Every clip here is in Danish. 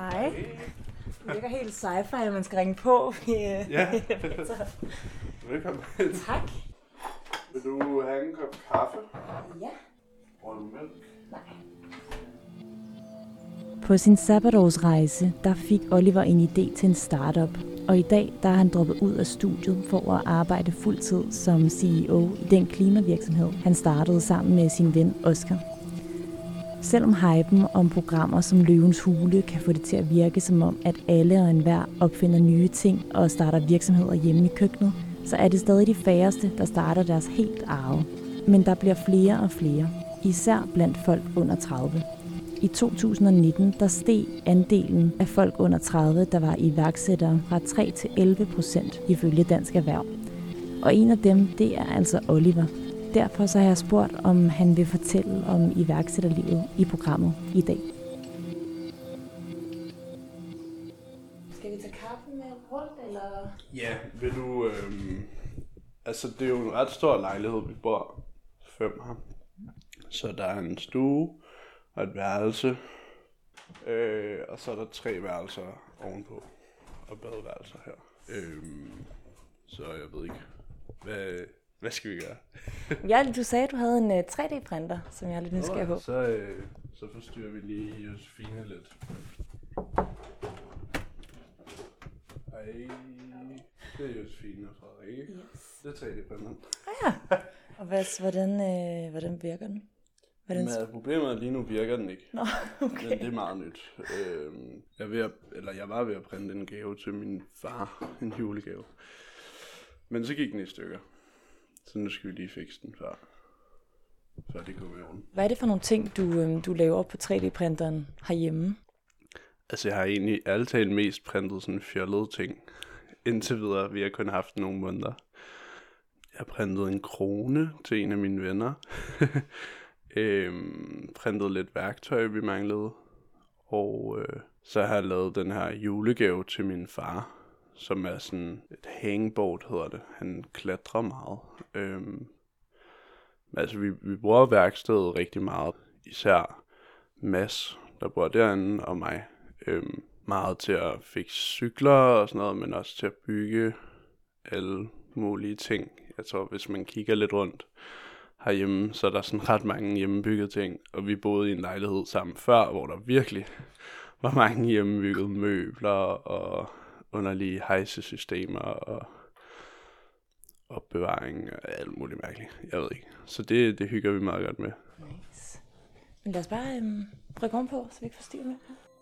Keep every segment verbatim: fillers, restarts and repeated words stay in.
Hej. Det virker helt sci-fi, at man skal ringe på. Ja. Velkommen. Tak. Vil du have en kop kaffe? Ja. Og en mælk? Nej. På sin sabbatårsrejse, der fik Oliver en idé til en startup, og i dag der er han droppet ud af studiet for at arbejde fuldtid som C E O i den klimavirksomhed, han startede sammen med sin ven Oscar. Selvom hypen om programmer som Løvens Hule kan få det til at virke som om, at alle og enhver opfinder nye ting og starter virksomheder hjemme i køkkenet, så er det stadig de færreste, der starter deres helt eget. Men der bliver flere og flere, især blandt folk under tredive. I to tusind nitten der steg andelen af folk under tredive, der var iværksættere, fra tre til elleve procent ifølge Dansk Erhverv. Og en af dem, det er altså Oliver. Derfor så har jeg spurgt, om han vil fortælle om iværksætterlivet i programmet i dag. Skal vi tage kaffe med rundt, eller? Ja, vil du... Øh... Altså, det er jo en ret stor lejlighed, vi bor fem her. Så der er en stue og et værelse, øh, og så er der tre værelser ovenpå, og badeværelser her. Øh, så jeg ved ikke, hvad, hvad skal vi gøre? Ja, du sagde, at du havde en uh, tre D-printer, som jeg er lidt nysgerrig på. Så, øh, så forstyrrer vi lige Josefine lidt. Ej, det er Josefine og Frederik, ikke? Yes. Det er tre D-printeren. Ah, ja. Og hvad, hvordan, øh, hvordan virker den? Hvordan... Men problemet er, lige nu virker den ikke. Nå, okay. Men det er meget nyt. Øhm, jeg, er ved at, eller jeg var ved at printe en gave til min far. En julegave. Men så gik den i stykker. Så nu skal vi lige fikse den, før, før det går i orden. Hvad er det for nogle ting, du, øh, du laver på tre D-printeren herhjemme? Altså jeg har egentlig alle talt mest printet sådan fjollede ting. Indtil videre, vi har kun haft nogle måneder. Jeg har printet en krone til en af mine venner. Øhm, printet lidt værktøj, vi manglede. Og øh, så har jeg lavet den her julegave til min far, som er sådan et hangboard, hedder det. Han klatrer meget. Øhm, altså, vi, vi bruger værkstedet rigtig meget. Især Mads, der bor derinde, og mig. Øhm, meget til at fikse cykler og sådan noget, men også til at bygge alle mulige ting. Jeg tror, hvis man kigger lidt rundt herhjemme, så er der sådan ret mange hjemmebyggede ting, og vi boede i en lejlighed sammen før, hvor der virkelig var mange hjemmebyggede møbler og underlige hejsesystemer og opbevaring og alt muligt mærkeligt. Jeg ved ikke. Så det, det hygger vi meget godt med. Nice. Men lad os bare øhm, rykke om på, så vi ikke får stiv med.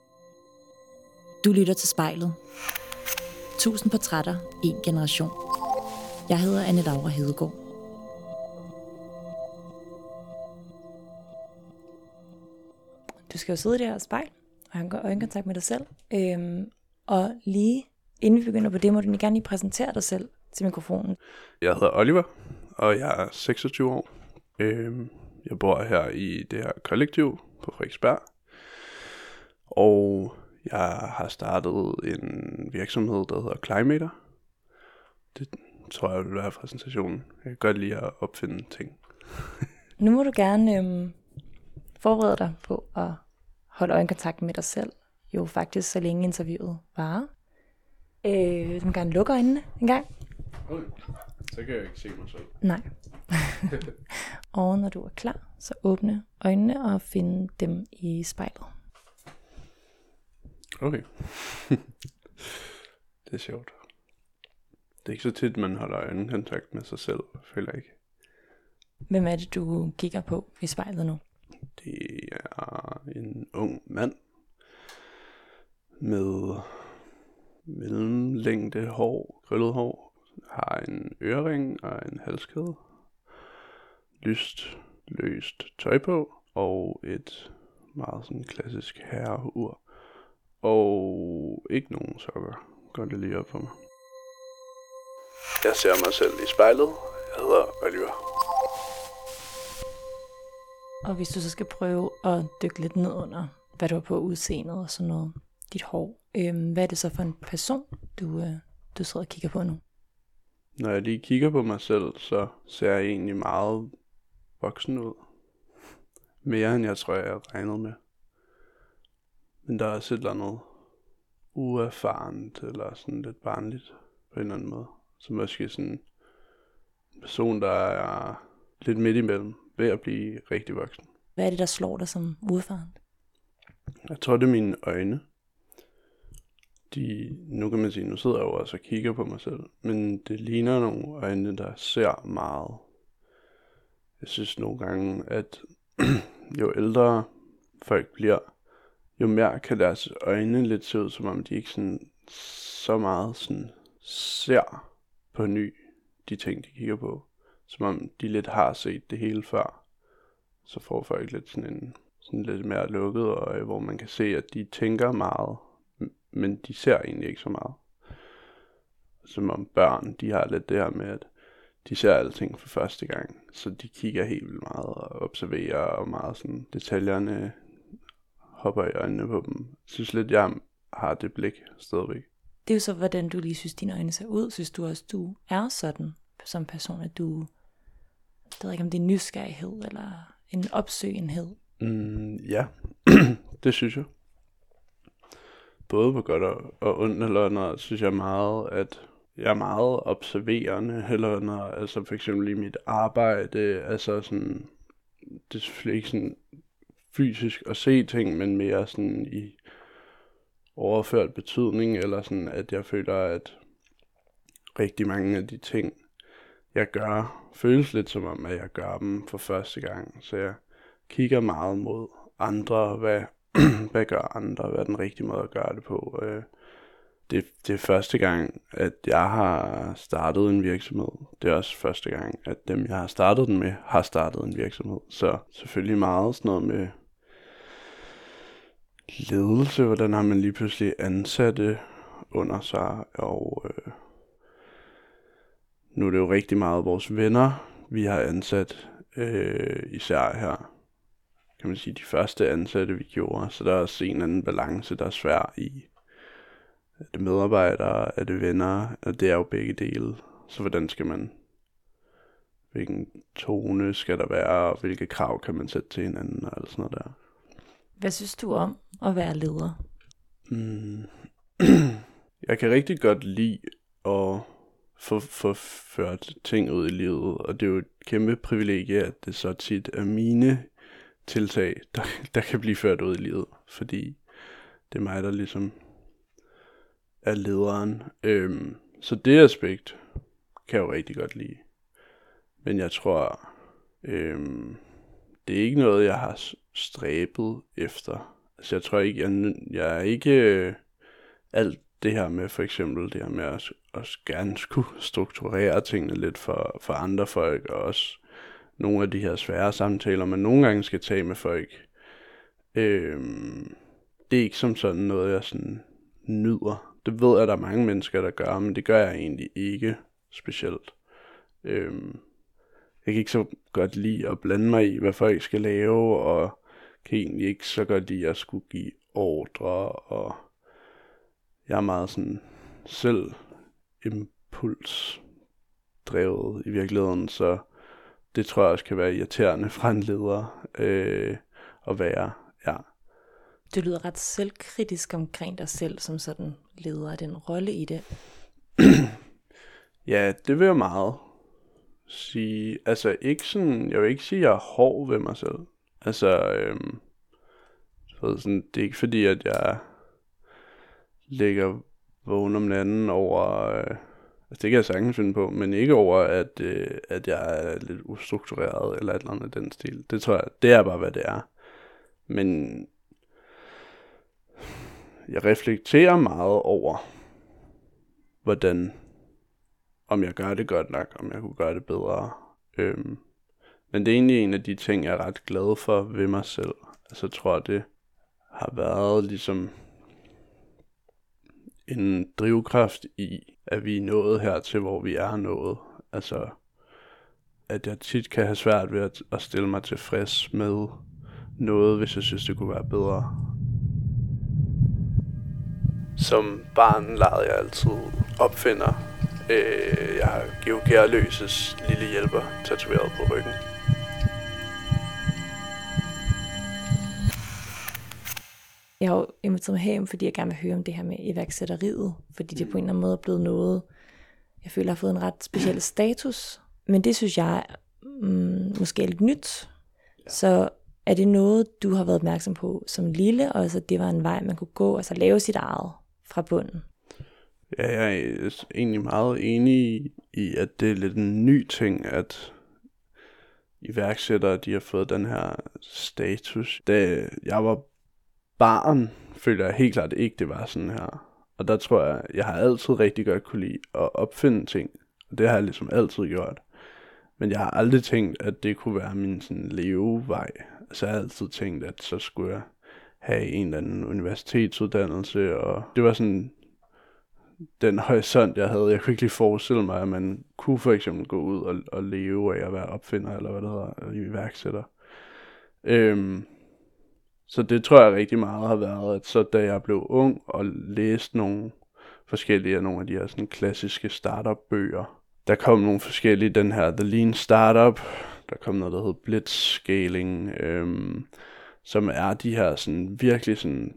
Du lytter til Spejlet. Tusind portrætter, en generation. Jeg hedder Anne Laura Hedegaard. Du skal jo sidde der og spejle, og have øjenkontakt med dig selv. Øhm, og lige inden vi begynder på det, må du gerne lige præsentere dig selv til mikrofonen. Jeg hedder Oliver, og jeg er seksogtyve år. Øhm, jeg bor her i det her kollektiv på Frederiksberg. Og jeg har startet en virksomhed, der hedder Climator. Det tror jeg vil være præsentationen. Jeg kan godt lide at opfinde ting. Nu må du gerne øhm, forberede dig på at holde øjenkontakt med dig selv. Jo faktisk så længe interviewet varer. Øh, du må gerne lukke øjnene en gang. Okay. Så kan jeg ikke se mig selv. Nej. Og når du er klar, så åbne øjnene og finde dem i spejlet. Okay. Det er sjovt. Det er ikke så tit, man holder øjenkontakt med sig selv, føler jeg ikke. Hvem er det, du kigger på i spejlet nu? Det er en ung mand med mellemlængde hår, krøllet hår, har en ørering og en halskæde, lyst, løst tøj på og et meget sådan klassisk herreur og ikke nogen sokker. Går det lige op for mig. Jeg ser mig selv i spejlet. Jeg hedder Oliver. Og hvis du så skal prøve at dykke lidt ned under, hvad du har på udseendet og sådan noget, dit hår, øhm, hvad er det så for en person, du, øh, du sidder og kigger på nu? Når jeg lige kigger på mig selv, så ser jeg egentlig meget voksen ud. Mere end jeg tror, jeg har regnet med. Men der er også et eller andet uerfarent, eller sådan lidt barnligt på en eller anden måde. Så måske sådan en person, der er lidt midt imellem, ved at blive rigtig voksen. Hvad er det, der slår dig som uerfaren? Jeg tror, det er mine øjne. De, nu kan man sige, nu sidder jeg jo også og kigger på mig selv, men det ligner nogle øjne, der ser meget. Jeg synes nogle gange, at jo ældre folk bliver, jo mere kan deres øjne lidt se ud, som om de ikke sådan, så meget sådan, ser på ny de ting, de kigger på. Som om de lidt har set det hele før. Så får folk lidt sådan en sådan lidt mere lukket øje, hvor man kan se, at de tænker meget, men de ser egentlig ikke så meget. Som om børn, de har lidt det her med, at de ser alting for første gang. Så de kigger helt vildt meget og observerer, og meget sådan detaljerne hopper i øjnene på dem. Jeg synes lidt, jeg har det blik stadigvæk. Det er jo så, hvordan du lige synes, dine øjne ser ud. Synes du også, du er sådan som person, at du, jeg ved ikke, om det er nysgerrighed eller en opsøgenhed? Mm, ja, det synes jeg. Både på godt og, og ondt, eller noget, synes jeg meget, at jeg er meget observerende, eller noget, altså for eksempel i mit arbejde, altså sådan, det er selvfølgelig ikke sådan fysisk at se ting, men mere sådan i overført betydning, eller sådan, at jeg føler, at rigtig mange af de ting, jeg gør, føles lidt som om, at jeg gør dem for første gang. Så jeg kigger meget mod andre, hvad, hvad gør andre, hvad er den rigtige måde at gøre det på. Det, det er første gang, at jeg har startet en virksomhed. Det er også første gang, at dem, jeg har startet den med, har startet en virksomhed. Så selvfølgelig meget sådan noget med ledelse, hvordan har man lige pludselig ansatte under sig, og øh, nu er det jo rigtig meget vores venner, vi har ansat, øh, især her, kan man sige, de første ansatte, vi gjorde. Så der er også en eller anden balance, der er svær i. Er det medarbejdere, er det venner, og det er jo begge dele. Så hvordan skal man, hvilken tone skal der være, og hvilke krav kan man sætte til hinanden, og alt sådan noget der. Hvad synes du om at være leder? Mm. Jeg kan rigtig godt lide at få, få ført ting ud i livet, og det er jo et kæmpe privilegie, at det så tit er mine tiltag, der, der kan blive ført ud i livet, fordi det er mig, der ligesom er lederen. Øhm, så det aspekt kan jeg jo rigtig godt lide. Men jeg tror, øhm, det er ikke noget, jeg har stræbet efter. Altså jeg tror ikke, jeg, jeg er ikke øh, alt det her med, for eksempel det her med at, at gerne skulle strukturere tingene lidt for, for andre folk, og også nogle af de her svære samtaler, man nogle gange skal tage med folk. Øhm, det er ikke som sådan noget, jeg sådan nyder. Det ved jeg, at der er mange mennesker, der gør, men det gør jeg egentlig ikke specielt. Øhm, jeg kan ikke så godt lide at blande mig i, hvad folk skal lave, og kan egentlig ikke så godt lide at skulle give ordre, og jeg er meget sådan selv impulsdrevet i virkeligheden, så det tror jeg også kan være irriterende fra en leder øh, at være, ja. Du lyder ret selvkritisk omkring dig selv som sådan leder af den rolle i det. Ja, det vil jeg meget sige. Altså ikke sådan, jeg vil ikke sige, at jeg er hård ved mig selv. Altså, øhm, sådan, det er ikke fordi, at jeg ligger vågen om natten over, øh, altså det kan jeg sagtens finde på, men ikke over, at, øh, at jeg er lidt ustruktureret eller et eller andet af den stil. Det tror jeg, det er bare, hvad det er. Men jeg reflekterer meget over, hvordan, om jeg gør det godt nok, om jeg kunne gøre det bedre. Øhm, men det er egentlig en af de ting, jeg er ret glad for ved mig selv. Altså jeg tror, det har været ligesom en drivkraft i, at vi er nået hertil, hvor vi er nået. Altså, at jeg tit kan have svært ved at, at stille mig tilfreds med noget, hvis jeg synes, det kunne være bedre. Som barn legede jeg altid opfinder. Øh, jeg har Georg Gerløses lille hjælper tatoveret på ryggen. Jeg har jo inviteret mig herhjem, fordi jeg gerne vil høre om det her med iværksætteriet, fordi det på en eller anden måde er blevet noget, jeg føler har fået en ret speciel status. Men det synes jeg mm, måske er lidt nyt. Ja. Så er det noget, du har været opmærksom på som lille, og altså det var en vej, man kunne gå, altså lave sit eget fra bunden? Ja, jeg er egentlig meget enig i, at det er lidt en ny ting, at iværksættere, de har fået den her status. Da jeg var barn, følte jeg helt klart ikke, det var sådan her. Og der tror jeg, jeg har altid rigtig godt kunne lide at opfinde ting. Og det har jeg ligesom altid gjort. Men jeg har aldrig tænkt, at det kunne være min sådan levevej. Altså jeg har altid tænkt, at så skulle jeg have en eller anden universitetsuddannelse. Og det var sådan den horisont, jeg havde. Jeg kunne ikke lige forestille mig, at man kunne for eksempel gå ud og, og leve af at være opfinder, eller hvad det hedder, iværksætter. Øhm, så det tror jeg rigtig meget har været, at så da jeg blev ung og læste nogle forskellige af nogle af de her sådan klassiske startup-bøger, der kom nogle forskellige, den her The Lean Startup, der kom noget, der hed Blitzscaling, øhm, som er de her sådan virkelig sådan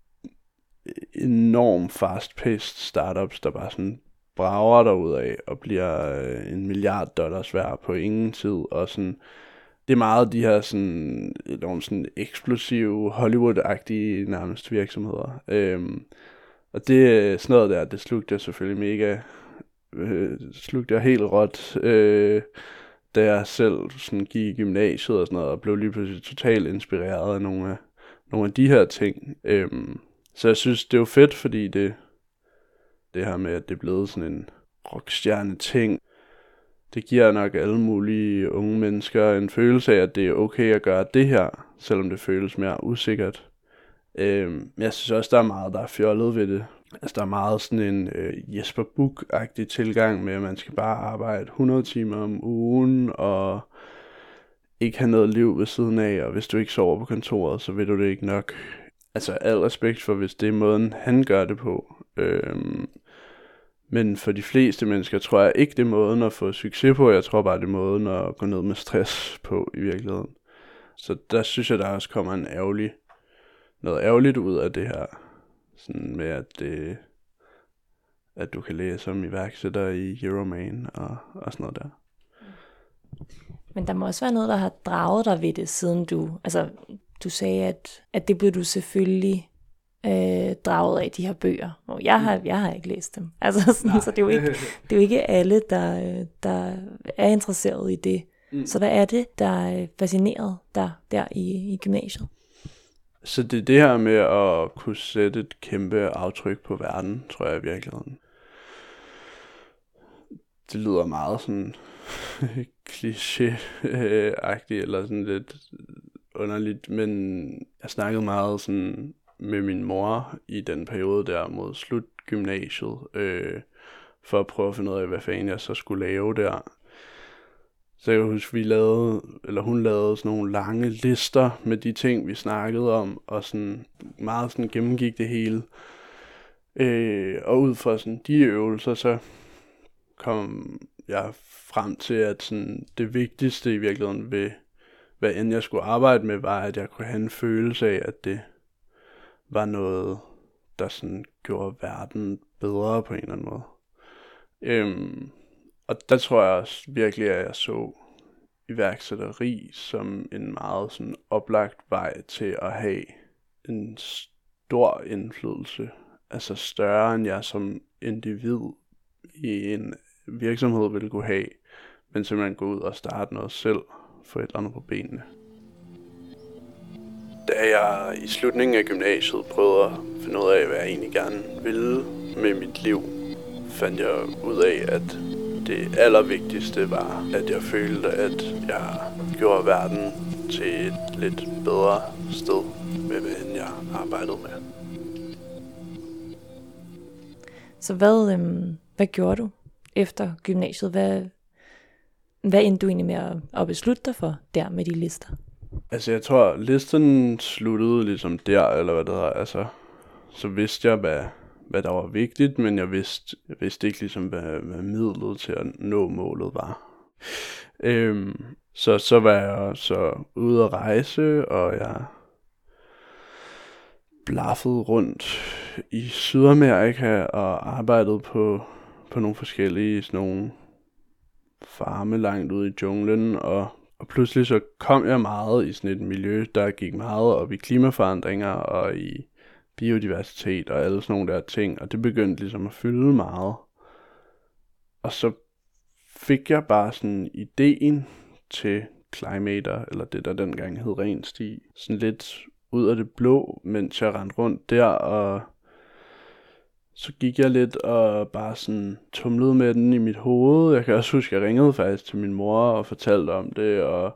enormt fast-paced startups, der bare sådan brager derudad og bliver øh, en milliard dollars værd på ingen tid, og sådan, det er meget de her sådan, nogle sådan eksplosive, Hollywood-agtige nærmest virksomheder. Øhm, og det sådan noget der, det slugte jeg selvfølgelig mega, øh, slugte jeg helt råt, øh, da jeg selv sådan gik i gymnasiet og sådan noget, og blev lige pludselig totalt inspireret af nogle af, nogle af de her ting. Øhm, Så jeg synes, det er jo fedt, fordi det, det her med, at det er blevet sådan en rockstjerne-ting, det giver nok alle mulige unge mennesker en følelse af, at det er okay at gøre det her, selvom det føles mere usikkert. Øhm, men jeg synes også, der er meget, der er fjollet ved det. Altså, der er meget sådan en øh, Jesper Buch-agtig tilgang med, at man skal bare arbejde hundrede timer om ugen, og ikke have noget liv ved siden af, og hvis du ikke sover på kontoret, så vil du det ikke nok. Altså al respekt for, hvis det er måden, han gør det på. Øhm, men for de fleste mennesker tror jeg ikke, det er måden at få succes på. Jeg tror bare, det er måden at gå ned med stress på i virkeligheden. Så der synes jeg, der også kommer en ærgerlig, noget ærgerligt ud af det her. Sådan med, at, det, at du kan læse om iværksætter i Euroman og, og sådan noget der. Men der må også være noget, der har draget dig ved det, siden du... Altså, du sagde, at, at det blev du selvfølgelig øh, draget af, de her bøger. Og jeg har, jeg har ikke læst dem. Altså, sådan, så det er, jo ikke, det er jo ikke alle, der, der er interesseret i det. Mm. Så hvad er det, der fascinerede dig der i, i gymnasiet? Så det er det her med at kunne sætte et kæmpe aftryk på verden, tror jeg i virkeligheden. Det lyder meget sådan kliché-agtigt, eller sådan lidt underligt, men jeg snakkede meget sådan med min mor i den periode der mod slut gymnasiet, øh, for at prøve at finde ud af, hvad fanden jeg så skulle lave der. Så jeg husker, vi lavede, eller hun lavede sådan nogle lange lister med de ting, vi snakkede om, og sådan meget sådan gennemgik det hele. Øh, og ud fra sådan de øvelser, så kom jeg frem til, at sådan det vigtigste i virkeligheden ved hvad end jeg skulle arbejde med, var, at jeg kunne have en følelse af, at det var noget, der sådan gjorde verden bedre på en eller anden måde. Øhm, og der tror jeg også virkelig, at jeg så iværksætteri som en meget sådan oplagt vej til at have en stor indflydelse. Altså større end jeg som individ i en virksomhed ville kunne have, men simpelthen gå ud og starte noget selv, få et eller andet på benene. Da jeg i slutningen af gymnasiet prøvede at finde ud af, hvad jeg egentlig gerne ville med mit liv, fandt jeg ud af, at det allervigtigste var, at jeg følte, at jeg gjorde verden til et lidt bedre sted med, hvad jeg arbejdede med. Så hvad, øhm, hvad gjorde du efter gymnasiet? Hvad, hvad endte du egentlig med at, at beslutte dig for der med de lister? Altså jeg tror, listen sluttede ligesom der, eller hvad det hedder. Altså, så vidste jeg, hvad, hvad der var vigtigt, men jeg vidste, jeg vidste ikke ligesom, hvad, hvad midlet til at nå målet var. Øhm, så, så var jeg så ude at rejse, og jeg blaffet rundt i Sydamerika og arbejdet på, på nogle forskellige sådan nogle farme langt ude i junglen, og, og pludselig så kom jeg meget i sådan et miljø, der gik meget op i klimaforandringer og i biodiversitet og alle sådan nogle der ting, og det begyndte ligesom at fylde meget. Og så fik jeg bare sådan ideen til Climate, eller det der dengang hed Ren Sti, sådan lidt ud af det blå, mens jeg rendte rundt der, og så gik jeg lidt og bare sådan tumlede med den i mit hoved. Jeg kan også huske, at jeg ringede faktisk til min mor og fortalte om det, og,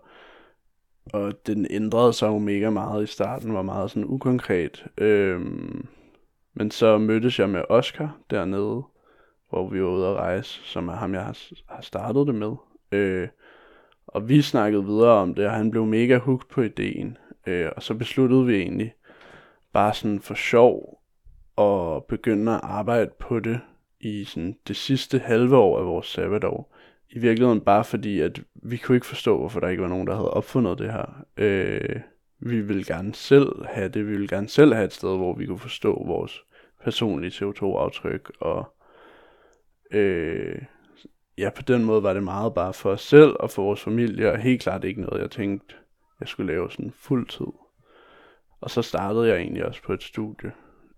og den ændrede sig jo mega meget i starten, var meget sådan ukonkret. Øhm, men så mødtes jeg med Oscar dernede, hvor vi var ude at rejse, som er ham, jeg har, har startet det med. Øh, og vi snakkede videre om det, og han blev mega hooked på ideen. Øh, og så besluttede vi egentlig bare sådan for sjov og begynde at arbejde på det i sådan det sidste halve år af vores sabbatår. I virkeligheden bare fordi, at vi kunne ikke forstå, hvorfor der ikke var nogen, der havde opfundet det her. Øh, vi ville gerne selv have det. Vi ville gerne selv have et sted, hvor vi kunne forstå vores personlige C O to aftryk. Og øh, ja, på den måde var det meget bare for os selv og for vores familie, og helt klart ikke noget, jeg tænkte, jeg skulle lave sådan fuld tid. Og så startede jeg egentlig også på et studie.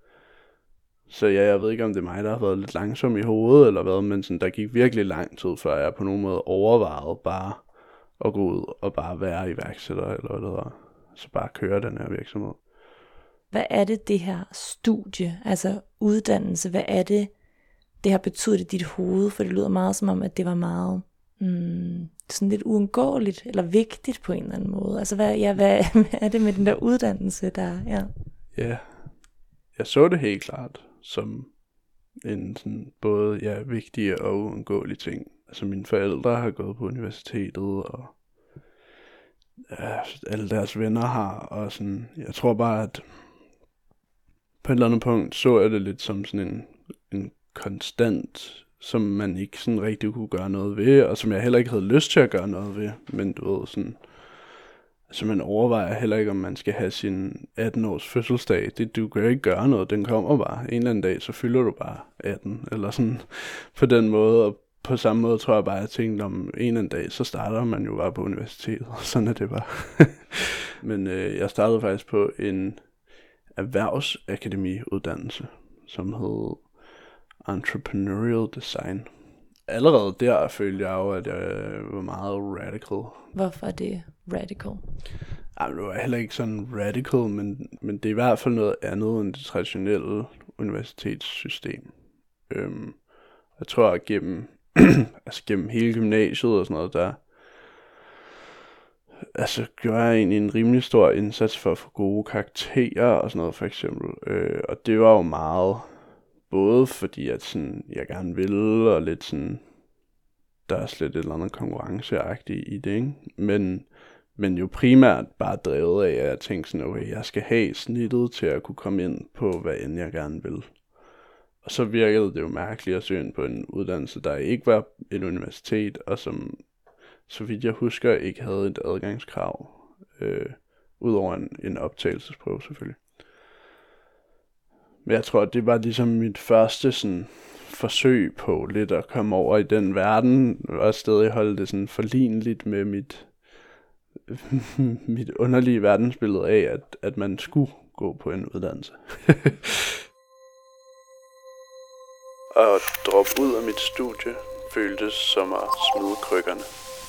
Så ja, jeg ved ikke, om det er mig, der har været lidt langsom i hovedet eller hvad, men sådan, der gik virkelig lang tid, før jeg på nogen måde overvejede bare at gå ud og bare være iværksætter, eller hvad det hedder. Så bare køre den her virksomhed. Hvad er det, det her studie, altså uddannelse, hvad er det, det har betydet i dit hoved? For det lyder meget som om, at det var meget mm, sådan lidt uundgåeligt, eller vigtigt på en eller anden måde. Altså, hvad, ja, hvad, hvad er det med den der uddannelse, der, ja? Ja, jeg så det helt klart som en sådan både ja, vigtig og uundgåelig ting. Altså mine forældre har gået på universitetet, og ja, alle deres venner har, og sådan, jeg tror bare, at på et eller andet punkt så jeg det lidt som sådan en, en konstant, som man ikke sådan rigtig kunne gøre noget ved, og som jeg heller ikke havde lyst til at gøre noget ved, men du ved sådan, altså man overvejer heller ikke, om man skal have sin atten års fødselsdag. Det, du kan jo ikke gøre noget, den kommer bare. En eller anden dag, så fylder du bare atten, eller sådan på den måde. Og på samme måde tror jeg bare, at jeg tænkte, om en eller anden dag, så starter man jo bare på universitetet, og sådan er det bare. Men øh, jeg startede faktisk på en erhvervsakademiuddannelse, som hed Entrepreneurial Design. Allerede der følte jeg jo, at jeg var meget radical. Hvorfor er det radical? Ej, det var heller ikke sådan radical, men, men det er i hvert fald noget andet end det traditionelle universitetssystem. Øhm, jeg tror, at gennem, altså gennem hele gymnasiet og sådan noget, der altså, gjorde jeg egentlig en rimelig stor indsats for at få gode karakterer og sådan noget, for eksempel. Øh, og det var jo meget, både fordi at sådan, jeg gerne ville, og lidt sådan, der er slet et eller andet konkurrenceagtigt i det, ikke? Men, men jo primært bare drevet af, at jeg tænkte sådan, okay, jeg skal have snittet til at kunne komme ind på, hvad end jeg gerne vil. Og så virkede det jo mærkeligt at søge ind på en uddannelse, der ikke var et universitet, og som, så vidt jeg husker, ikke havde et adgangskrav, øh, udover en, en optagelsesprøve selvfølgelig. Men jeg tror, at det var ligesom mit første sådan forsøg på lidt at komme over i den verden, og stadig holde det sådan forligneligt med mit, mit underlige verdensbillede af, at, at man skulle gå på en uddannelse. At droppe ud af mit studie føltes som at smide krykkerne.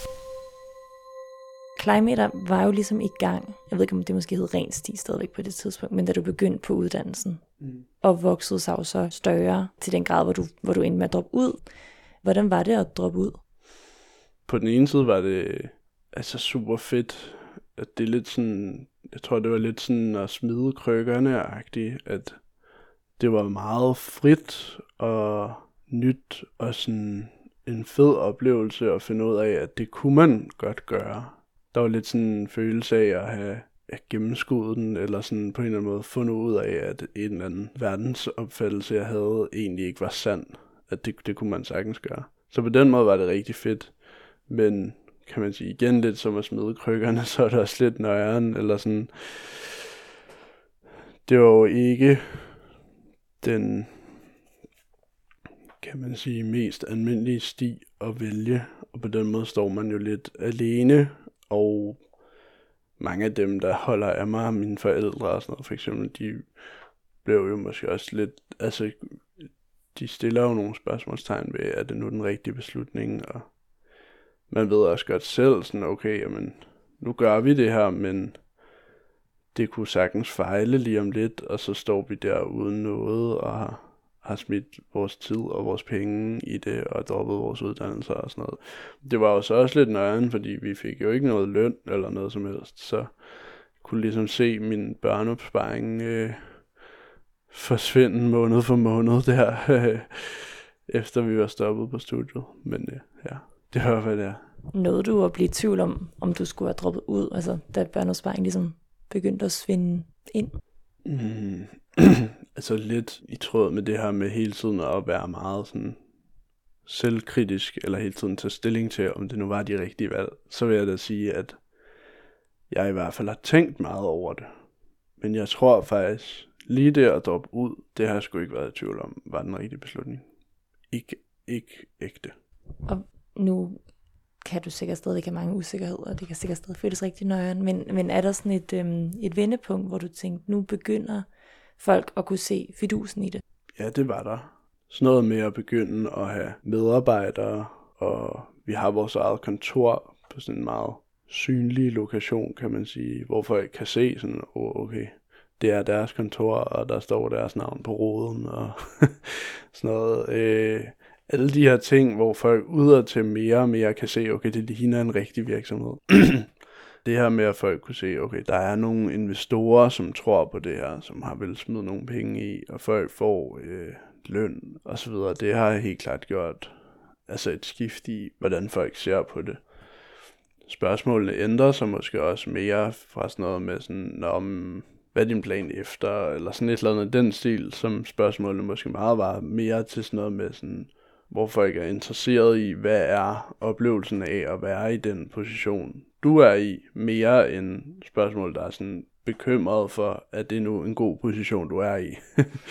Climate var jo ligesom i gang. Jeg ved ikke, om det måske hed Ren Sti stadigvæk på det tidspunkt, men da du begyndte på uddannelsen, mm. og voksede sig jo så større til den grad, hvor du, hvor du endte med at droppe ud. Hvordan var det at droppe ud? På den ene side var det altså super fedt, at det er lidt sådan, jeg tror det var lidt sådan at smide krykkerne-agtigt, at det var meget frit og nyt og sådan en fed oplevelse at finde ud af, at det kunne man godt gøre. Der var lidt sådan en følelse af at have at gennemskuddet den, eller sådan på en eller anden måde fundet ud af, at en eller anden verdensopfattelse, jeg havde, egentlig ikke var sand. At det, det kunne man sagtens gøre. Så på den måde var det rigtig fedt. Men kan man sige igen lidt som at smide krykkerne, så er det også lidt nøjeren, eller sådan. det var jo ikke den, kan man sige, mest almindelige sti at vælge, og på den måde står man jo lidt alene, og mange af dem, der holder af mig, mine forældre og sådan noget, for eksempel, de blev jo måske også lidt, altså, de stiller jo nogle spørgsmålstegn ved, er det nu den rigtige beslutning, og man ved også godt selv, sådan, okay, jamen, nu gør vi det her, men det kunne sagtens fejle lige om lidt, og så står vi der uden noget, og har, har smidt vores tid og vores penge i det, og droppet vores uddannelser og sådan noget. Det var jo så også lidt nøjeren, fordi vi fik jo ikke noget løn eller noget som helst, så jeg kunne ligesom se min børneopsparing øh, forsvinde måned for måned der, efter vi var stoppet på studiet. Men øh, ja, det var hvad det er. Nåede du at blive i tvivl om, om du skulle have droppet ud, altså da børneopsparingen ligesom begyndte at svinde ind? Mm. Altså lidt i tråd med det her med hele tiden at være meget sådan selvkritisk, eller hele tiden tage stilling til, om det nu var de rigtige valg, så vil jeg da sige, at jeg i hvert fald har tænkt meget over det. Men jeg tror faktisk, lige det at droppe ud, det har jeg sgu ikke været i tvivl om, var den rigtige beslutning. Ikke, ikke ægte. Og nu kan du sikkert stadig have mange usikkerheder, og det kan sikkert stadig føles rigtig nøjeren, men, men er der sådan et, øhm, et vendepunkt, hvor du tænkte, nu begynder folk at kunne se fidusen i det? Ja, det var der. Sådan noget med at begynde at have medarbejdere, og vi har vores eget kontor på sådan en meget synlig lokation, kan man sige, hvor folk kan se sådan, oh, okay, det er deres kontor, og der står deres navn på ruden, og sådan noget. Øh, alle de her ting, hvor folk udadtil mere og mere kan se, okay, det ligner en rigtig virksomhed. Det her med, at folk kunne se, okay, der er nogle investorer, som tror på det her, som har vel smidt nogle penge i, og folk får øh, løn og så videre. Det har helt klart gjort altså et skift i, hvordan folk ser på det. Spørgsmålene ændrer sig måske også mere fra sådan noget med sådan, om hvad er din plan efter, eller sådan et eller andet den stil, som spørgsmålene måske meget var mere til sådan noget med sådan, hvor folk er interesseret i, hvad er oplevelsen af at være i den position, du er i, mere end spørgsmål, der er sådan bekymret for, at det er nu en god position, du er i.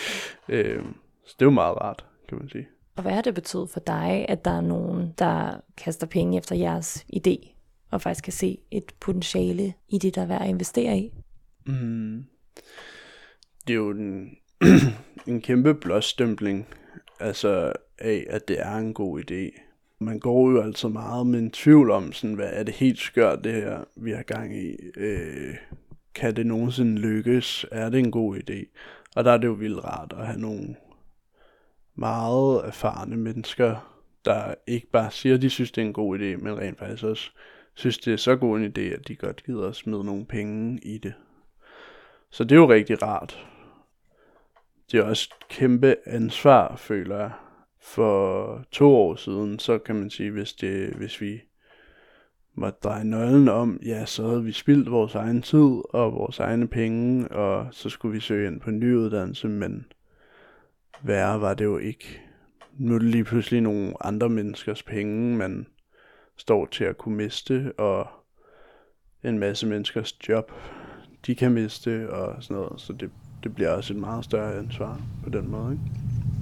øhm, så det er jo meget rart, kan man sige. Og hvad har det betydet for dig, at der er nogen, der kaster penge efter jeres idé, og faktisk kan se et potentiale i det, der er værd at investere i? Mm. Det er jo en, en kæmpe blåstempling, altså af, at det er en god idé. Man går jo altså meget med en tvivl om, sådan, hvad er det helt skørt, det her, vi har gang i. Øh, kan det nogensinde lykkes? Er det en god idé? Og der er det jo vildt rart at have nogle meget erfarne mennesker, der ikke bare siger, at de synes, det er en god idé, men rent faktisk også synes, det er så god en idé, at de godt gider at smide nogle penge i det. Så det er jo rigtig rart. Det er også et kæmpe ansvar, føler jeg. For to år siden, så kan man sige, hvis, det, hvis vi måtte dreje nøglen om, ja, så havde vi spildt vores egen tid og vores egne penge, og så skulle vi søge ind på en ny uddannelse, men værre var det jo ikke. Nu er det lige pludselig nogle andre menneskers penge, man står til at kunne miste, og en masse menneskers job, de kan miste, og sådan noget, så det, det bliver også et meget større ansvar på den måde, ikke?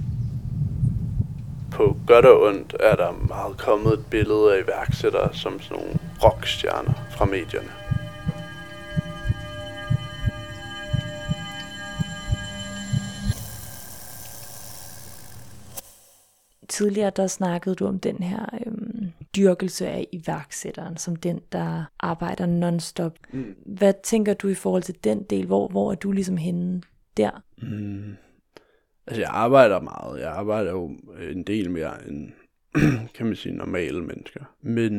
På godt og ondt er der meget kommet et billede af iværksættere som sådan nogle rockstjerner fra medierne. Tidligere der snakkede du om den her øhm, dyrkelse af iværksætteren, som den, der arbejder non-stop. Mm. Hvad tænker du i forhold til den del? Hvor, hvor er du ligesom henne der? Mm. Altså jeg arbejder meget. Jeg arbejder jo en del mere end, kan man sige, normale mennesker. Men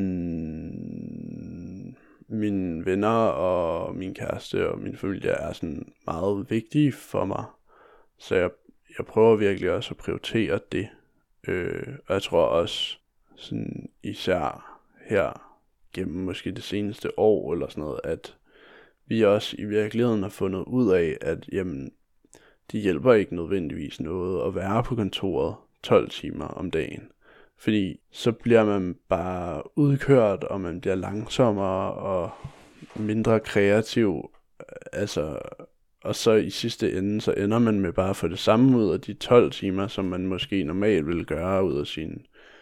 mine venner og min kæreste og min familie er sådan meget vigtige for mig. Så jeg, jeg prøver virkelig også at prioritere det. Øh, og jeg tror også, sådan især her gennem måske det seneste år eller sådan noget, at vi også i virkeligheden har fundet ud af, at jamen, det hjælper ikke nødvendigvis noget at være på kontoret tolv timer om dagen. Fordi så bliver man bare udkørt, og man bliver langsommere og mindre kreativ. Altså, Og så i sidste ende, så ender man med bare at få det samme ud af de tolv timer, som man måske normalt ville gøre ud af sine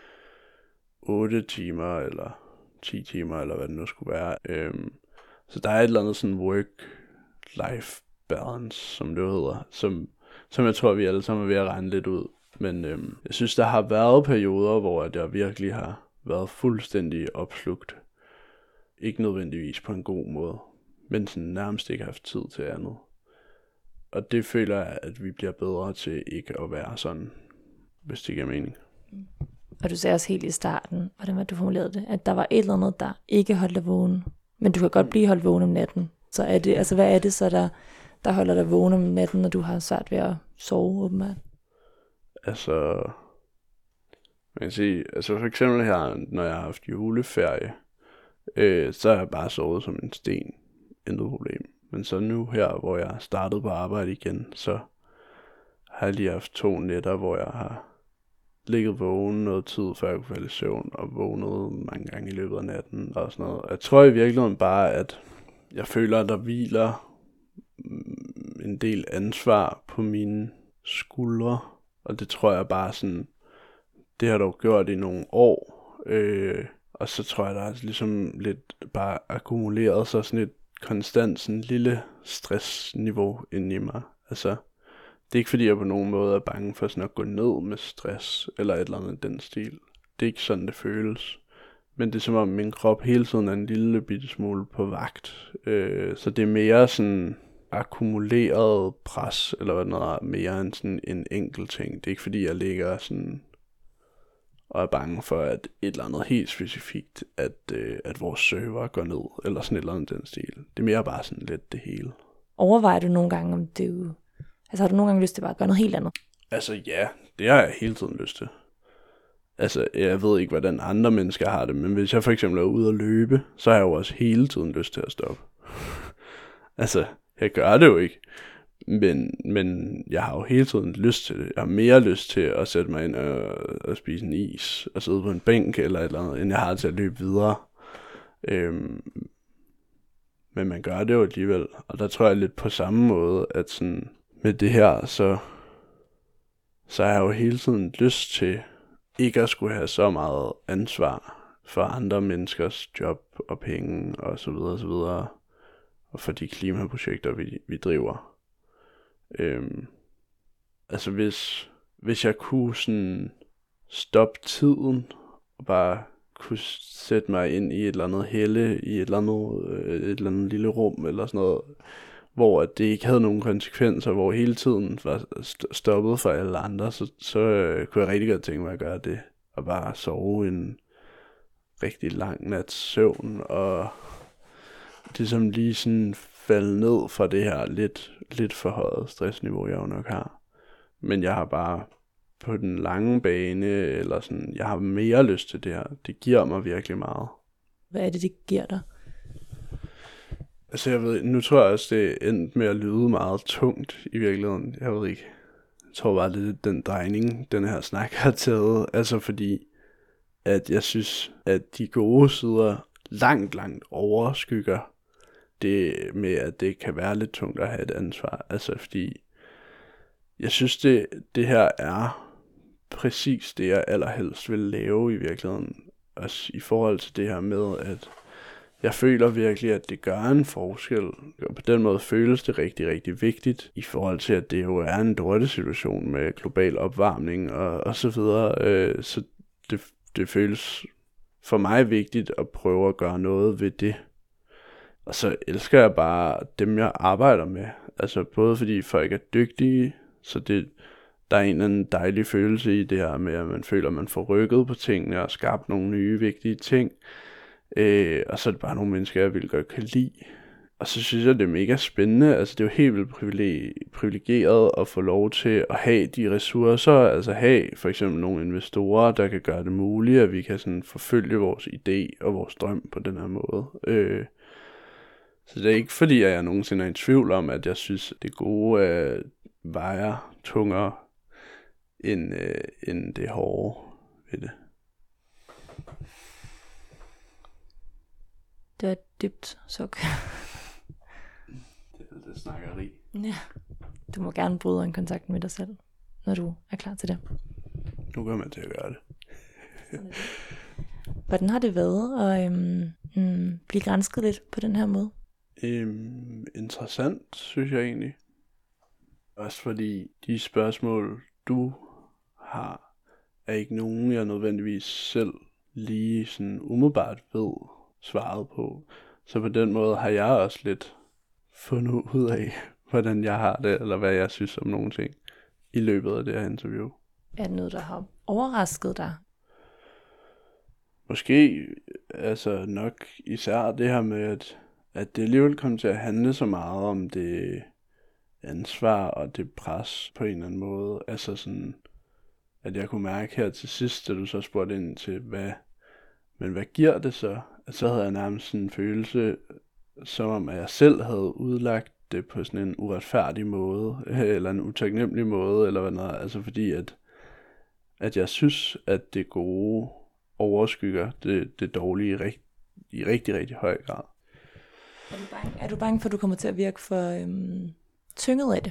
otte timer, eller ti timer, eller hvad det nu skulle være. Øhm, så der er et eller andet sådan work-life balance, som det hedder, som, som jeg tror, vi alle sammen er ved at regne lidt ud. Men øhm, jeg synes, der har været perioder, hvor jeg virkelig har været fuldstændig opslugt. Ikke nødvendigvis på en god måde, men sådan nærmest ikke haft tid til andet. Og det føler jeg, at vi bliver bedre til ikke at være sådan, hvis det giver mening. Og du sagde også helt i starten, hvordan var det, du formulerede det, at der var et eller andet, der ikke holdt dig vågen. Men du kan godt blive holdt vågen om natten. Så er det, altså hvad er det så, der, der holder dig vågen om natten, når du har svært ved at sove, åbenbart? Altså, man kan sige, altså for eksempel her, når jeg har haft juleferie, øh, så har jeg bare sovet som en sten. Intet problem. Men så nu her, hvor jeg startede på arbejde igen, så har jeg lige haft to nætter, hvor jeg har ligget vågen noget tid, før jeg kunne falde i søvn, og vågnet mange gange i løbet af natten og sådan noget. Jeg tror i virkeligheden bare, at jeg føler, at der hviler en del ansvar på mine skuldre, og det tror jeg bare sådan, det har dog gjort i nogle år, øh, og så tror jeg, der er ligesom lidt bare akkumuleret sig sådan et konstant sådan lille stressniveau inde i mig. Altså, det er ikke fordi, jeg på nogen måde er bange for sådan at gå ned med stress, eller et eller andet i den stil. Det er ikke sådan, det føles. Men det er som om, min krop hele tiden er en lille bitte smule på vagt. Øh, så det er mere sådan akkumuleret pres, eller hvad noget er, mere end sådan en enkelt ting. Det er ikke fordi, jeg ligger sådan og er bange for, at et eller andet helt specifikt, at, øh, at vores server går ned, eller sådan et eller andet den stil. Det er mere bare sådan lidt det hele. Overvejer du nogle gange, om du... Altså har du nogle gange lyst til bare at gøre noget helt andet? Altså ja, det har jeg hele tiden lyst til. Altså, jeg ved ikke, hvordan andre mennesker har det, men hvis jeg for eksempel er ude at løbe, så har jeg jo også hele tiden lyst til at stoppe. Altså, jeg gør det jo ikke. Men, men jeg har jo hele tiden lyst til det. Jeg har mere lyst til at sætte mig ind og, og spise en is, og sidde på en bænk eller et eller andet, end jeg har til at løbe videre. Øhm, men man gør det jo alligevel. Og der tror jeg lidt på samme måde, at sådan, med det her, så, så har jeg jo hele tiden lyst til ikke at skulle have så meget ansvar for andre menneskers job og penge og så videre og så videre, og for de klimaprojekter, vi, vi driver. Øhm, altså hvis, hvis jeg kunne sådan stoppe tiden og bare kunne sætte mig ind i et eller andet helle, i et eller andet, et eller andet lille rum eller sådan noget, hvor det ikke havde nogen konsekvenser, hvor hele tiden var stoppet for alle andre, så, så øh, kunne jeg rigtig godt tænke mig at gøre det, og bare sove en rigtig lang nats søvn, og det som lige sådan falde ned fra det her lidt, lidt forhøjet stressniveau, jeg jo nok har. Men jeg har bare på den lange bane, eller sådan, jeg har mere lyst til det her. Det giver mig virkelig meget. Hvad er det, det giver dig? Altså jeg ved, nu tror jeg også, det er endt med at lyde meget tungt i virkeligheden. Jeg ved ikke. Jeg tror bare, det er den drejning, den her snak har taget. Altså fordi, at jeg synes, at de gode sider langt, langt overskygger det med, at det kan være lidt tungt at have et ansvar. Altså fordi, jeg synes, det, det her er præcis det, jeg allerhelst vil lave i virkeligheden. Også i forhold til det her med, at jeg føler virkelig, at det gør en forskel. Og på den måde føles det rigtig, rigtig vigtigt. I forhold til, at det jo er en dårlig situation med global opvarmning og, og så videre. Øh, så det, det føles for mig vigtigt at prøve at gøre noget ved det. Og så elsker jeg bare dem, jeg arbejder med. Altså både fordi folk er dygtige, så det, der er en eller anden dejlig følelse i det her med, at man føler, at man får rykket på tingene og skabt nogle nye, vigtige ting. Øh, og så er det bare nogle mennesker, jeg vil godt kan lide. Og så synes jeg, det er mega spændende. Altså det er jo helt vildt privilegeret at få lov til at have de ressourcer. Altså have for eksempel nogle investorer, der kan gøre det muligt, at vi kan sådan forfølge vores idé og vores drøm på den her måde. Øh, så det er ikke fordi, at jeg nogensinde er i tvivl om, at jeg synes, at det gode øh, vejer tungere end, øh, end det hårde ved det. Det er dybt suk. Det, det snakker rig. Ja. Du må gerne bryde en kontakt med dig selv, når du er klar til det. Nu kommer man til at gøre det. Hvordan har det været at øhm, mm, blive gransket lidt på den her måde? Øhm, interessant, synes jeg egentlig. Også fordi de spørgsmål, du har, er ikke nogen, jeg nødvendigvis selv lige sådan umiddelbart ved svaret på. Så på den måde har jeg også lidt fundet ud af, hvordan jeg har det, eller hvad jeg synes om nogle ting i løbet af det her interview. Er det noget, der har overrasket dig? Måske altså nok især det her med, at, at det alligevel kom til at handle så meget om det ansvar og det pres på en eller anden måde. Altså sådan, at jeg kunne mærke her til sidst, da du så spurgte ind til, hvad, men hvad giver det så? At så havde jeg nærmest sådan en følelse, som om at jeg selv havde udlagt det på sådan en uretfærdig måde, eller en utaknemmelig måde, eller hvad noget. Altså fordi, at, at jeg synes, at det gode overskygger det, det dårlige i, rigt, i rigtig, rigtig høj grad. Er du bange, er du bange for, at du kommer til at virke for øhm, tynget af det?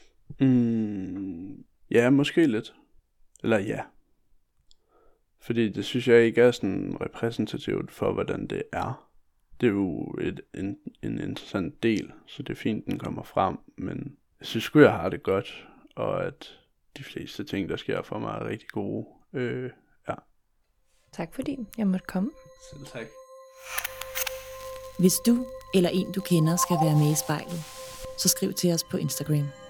Mm, ja, måske lidt. Eller ja. Fordi det synes jeg ikke er sådan repræsentativt for, hvordan det er. Det er jo et, en, en interessant del, så det er fint, den kommer frem. Men jeg synes sgu, jeg har det godt, og at de fleste ting, der sker for mig, er rigtig gode. Øh, ja. Tak fordi jeg måtte komme. Selv tak. Hvis du eller en, du kender, skal være med i spejlet, så skriv til os på Instagram.